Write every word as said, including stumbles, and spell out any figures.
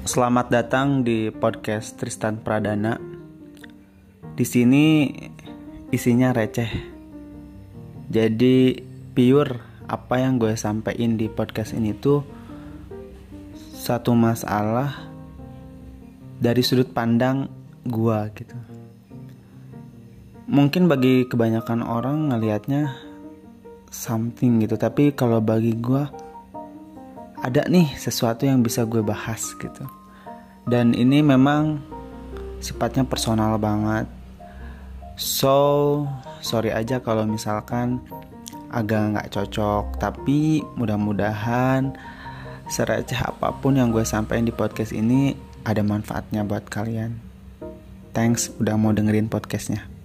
Selamat datang di podcast Tristan Pradana. Di sini isinya receh. Jadi pure apa yang gue sampein di podcast ini tuh satu masalah dari sudut pandang gue gitu. Mungkin bagi kebanyakan orang ngelihatnya something gitu, tapi kalau bagi gue ada nih sesuatu yang bisa gue bahas gitu. Dan ini memang sifatnya personal banget. So, sorry aja kalau misalkan agak gak cocok. Tapi mudah-mudahan sereceh apapun yang gue sampaikan di podcast ini ada manfaatnya buat kalian. Thanks udah mau dengerin podcastnya.